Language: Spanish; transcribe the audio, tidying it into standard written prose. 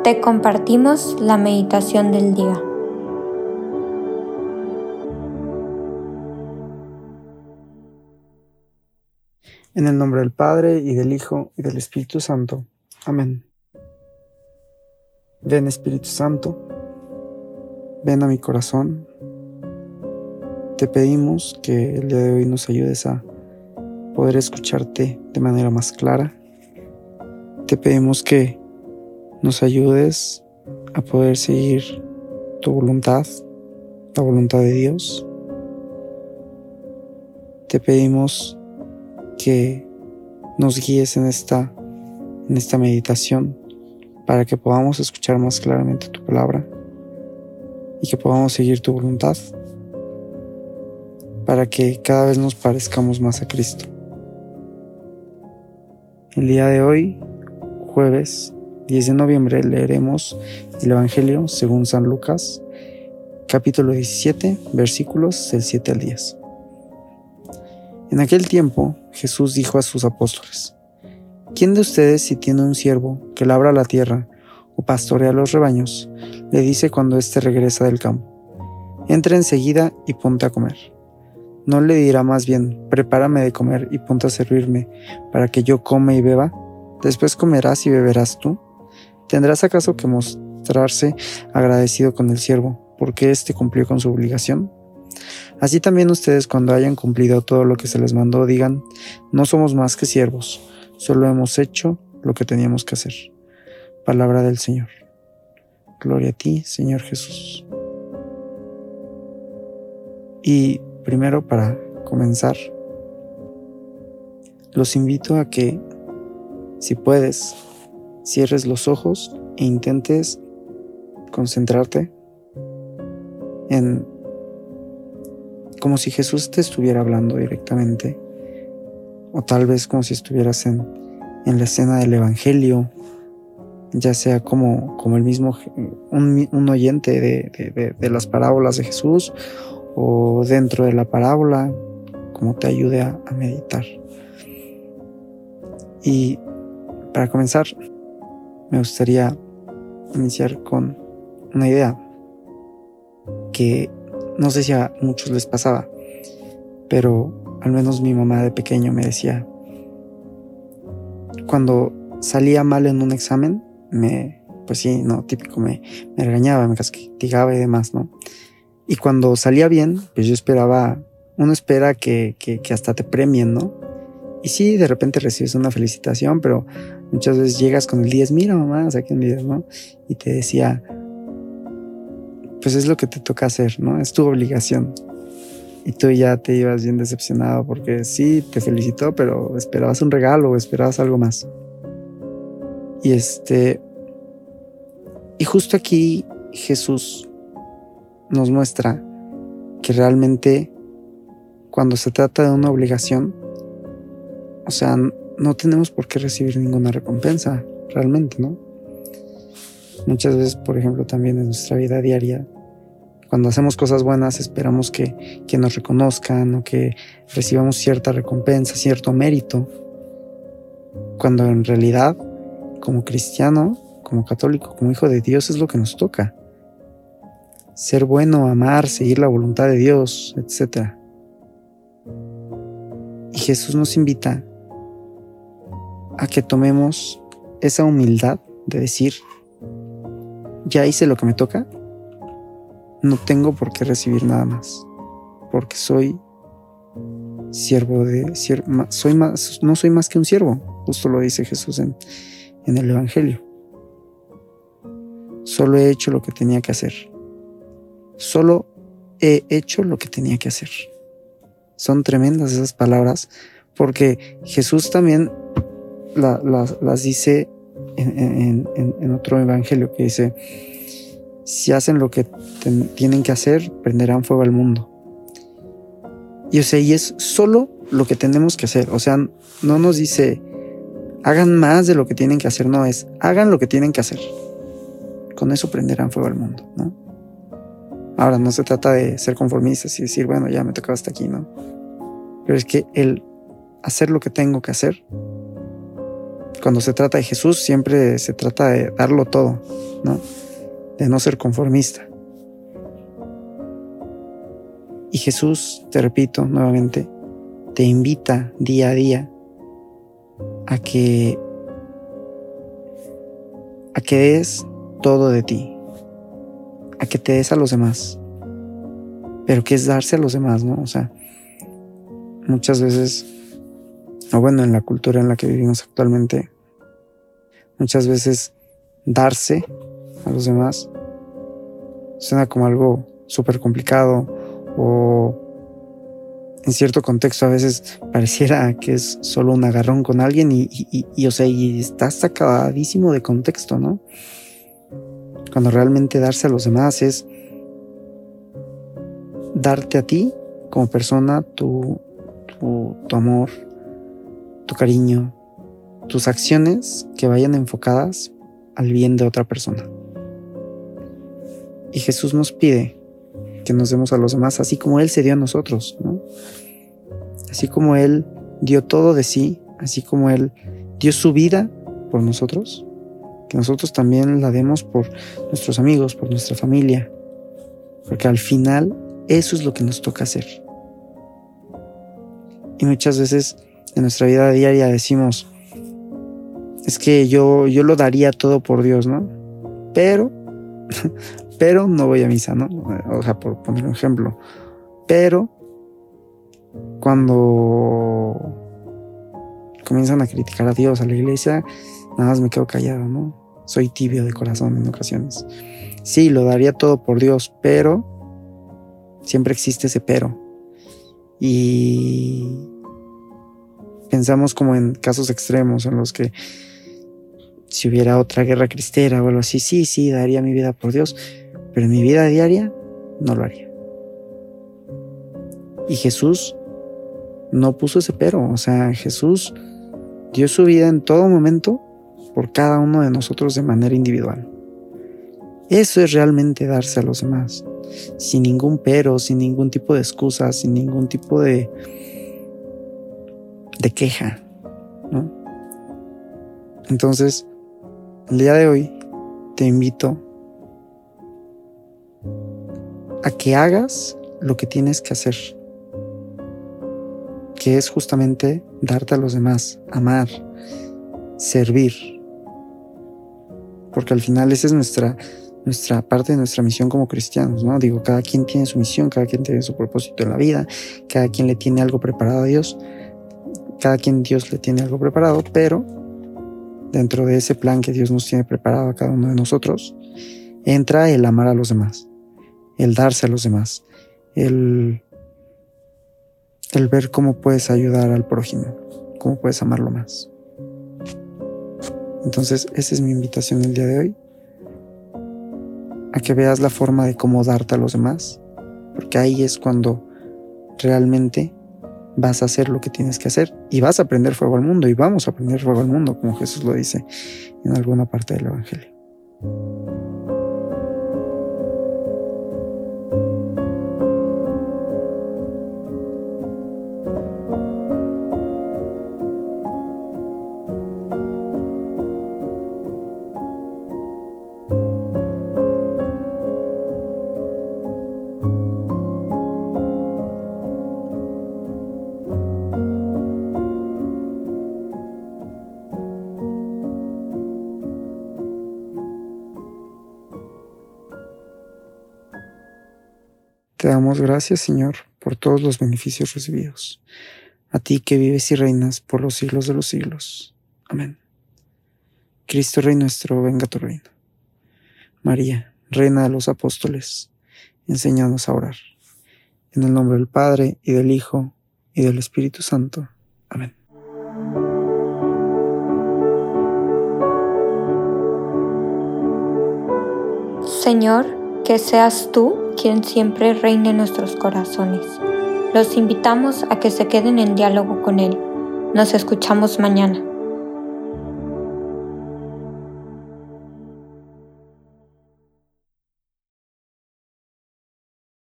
te compartimos la meditación del día. En el nombre del Padre, y del Hijo, y del Espíritu Santo. Amén. Ven, Espíritu Santo, ven a mi corazón. Te pedimos que el día de hoy nos ayudes a poder escucharte de manera más clara. Te pedimos que nos ayudes a poder seguir tu voluntad, la voluntad de Dios. Te pedimos que nos guíes en esta meditación para que podamos escuchar más claramente tu palabra y que podamos seguir tu voluntad para que cada vez nos parezcamos más a Cristo. El día de hoy, jueves 10 de noviembre, leeremos el Evangelio según San Lucas, capítulo 17, versículos del 7 al 10. En aquel tiempo, Jesús dijo a sus apóstoles: ¿Quién de ustedes, si tiene un siervo que labra la tierra o pastorea los rebaños, le dice cuando éste regresa del campo: entra enseguida y ponte a comer? ¿No le dirá más bien: prepárame de comer y ponte a servirme para que yo coma y beba? Después comerás y beberás tú. ¿Tendrás acaso que mostrarse agradecido con el siervo porque éste cumplió con su obligación? Así también ustedes, cuando hayan cumplido todo lo que se les mandó, digan: no somos más que siervos, solo hemos hecho lo que teníamos que hacer. Palabra del Señor. Gloria a ti, Señor Jesús. Y primero, para comenzar, los invito a que, si puedes, cierres los ojos e intentes concentrarte en como si Jesús te estuviera hablando directamente, o tal vez como si estuvieras en la escena del Evangelio, ya sea como el mismo un oyente de las parábolas de Jesús, o dentro de la parábola, como te ayude a meditar. Y para comenzar, me gustaría iniciar con una idea que no sé si a muchos les pasaba, pero al menos mi mamá de pequeño me decía: cuando salía mal en un examen, típico, me regañaba, me castigaba y demás, ¿no? Y cuando salía bien, pues uno espera que hasta te premien, ¿no? Y sí, de repente recibes una felicitación, pero muchas veces llegas con el 10, mira mamá, saqué un 10, ¿no? Y te decía: pues es lo que te toca hacer, ¿no? Es tu obligación. Y tú ya te ibas bien decepcionado porque sí, te felicitó, pero esperabas un regalo o esperabas algo más. Y justo aquí Jesús nos muestra que realmente, cuando se trata de una obligación, o sea, no tenemos por qué recibir ninguna recompensa, realmente, ¿no? Muchas veces, por ejemplo, también en nuestra vida diaria, cuando hacemos cosas buenas, esperamos que nos reconozcan o que recibamos cierta recompensa, cierto mérito, cuando en realidad, como cristiano, como católico, como hijo de Dios, es lo que nos toca: ser bueno, amar, seguir la voluntad de Dios, etc. Y Jesús nos invita a que tomemos esa humildad de decir: ya hice lo que me toca, no tengo por qué recibir nada más, porque soy siervo no soy más que un siervo. Justo lo dice Jesús en el Evangelio. Solo he hecho lo que tenía que hacer. Solo he hecho lo que tenía que hacer. Son tremendas esas palabras, porque Jesús también las dice en otro Evangelio, que dice: si hacen lo que tienen que hacer, prenderán fuego al mundo. Y es solo lo que tenemos que hacer. O sea, no nos dice hagan más de lo que tienen que hacer, no, es hagan lo que tienen que hacer. Con eso prenderán fuego al mundo, ¿no? Ahora, no se trata de ser conformistas y decir, bueno, ya me tocaba hasta aquí, ¿no? Pero es que el hacer lo que tengo que hacer Cuando se trata de Jesús, siempre se trata de darlo todo, ¿no? De no ser conformista. Y Jesús, te repito nuevamente, te invita día a día a que des todo de ti, a que te des a los demás. Pero ¿qué es darse a los demás, no? O sea, muchas veces, o bueno, en la cultura en la que vivimos actualmente, muchas veces darse a los demás suena como algo súper complicado, o en cierto contexto a veces pareciera que es solo un agarrón con alguien o sea, y está sacadísimo de contexto, ¿no? Cuando realmente darse a los demás es darte a ti como persona tu amor, tu cariño, tus acciones que vayan enfocadas al bien de otra persona. Y Jesús nos pide que nos demos a los demás así como Él se dio a nosotros, ¿no? Así como Él dio todo de sí, así como Él dio su vida por nosotros, que nosotros también la demos por nuestros amigos, por nuestra familia, porque al final eso es lo que nos toca hacer. Y muchas veces en nuestra vida diaria decimos, es que yo lo daría todo por Dios, ¿no? Pero no voy a misa, ¿no? O sea, por poner un ejemplo. Pero cuando comienzan a criticar a Dios, a la iglesia, nada más me quedo callado, ¿no? Soy tibio de corazón en ocasiones. Sí, lo daría todo por Dios, pero siempre existe ese pero. Y pensamos como en casos extremos en los que si hubiera otra guerra cristera o algo así, sí, daría mi vida por Dios, pero en mi vida diaria no lo haría. Y Jesús no puso ese pero, o sea, Jesús dio su vida en todo momento por cada uno de nosotros de manera individual. Eso es realmente darse a los demás, sin ningún pero, sin ningún tipo de excusa, sin ningún tipo de queja, ¿no? Entonces, el día de hoy te invito a que hagas lo que tienes que hacer, que es justamente darte a los demás, amar, servir, porque al final esa es nuestra parte de nuestra misión como cristianos, ¿no? Digo, cada quien tiene su misión, cada quien tiene su propósito en la vida, cada quien le tiene algo preparado a Dios, cada quien Dios le tiene algo preparado, pero dentro de ese plan que Dios nos tiene preparado a cada uno de nosotros, entra el amar a los demás, el darse a los demás, el ver cómo puedes ayudar al prójimo, cómo puedes amarlo más. Entonces, esa es mi invitación el día de hoy, a que veas la forma de cómo darte a los demás, porque ahí es cuando realmente vas a hacer lo que tienes que hacer y vas a prender fuego al mundo, y vamos a prender fuego al mundo, como Jesús lo dice en alguna parte del Evangelio. Te damos gracias, Señor, por todos los beneficios recibidos. A ti que vives y reinas por los siglos de los siglos. Amén. Cristo Rey nuestro, venga tu reino. María, Reina de los Apóstoles, enséñanos a orar. En el nombre del Padre, y del Hijo, y del Espíritu Santo. Amén. Señor, que seas tú quien siempre reine en nuestros corazones. Los invitamos a que se queden en diálogo con Él. Nos escuchamos mañana.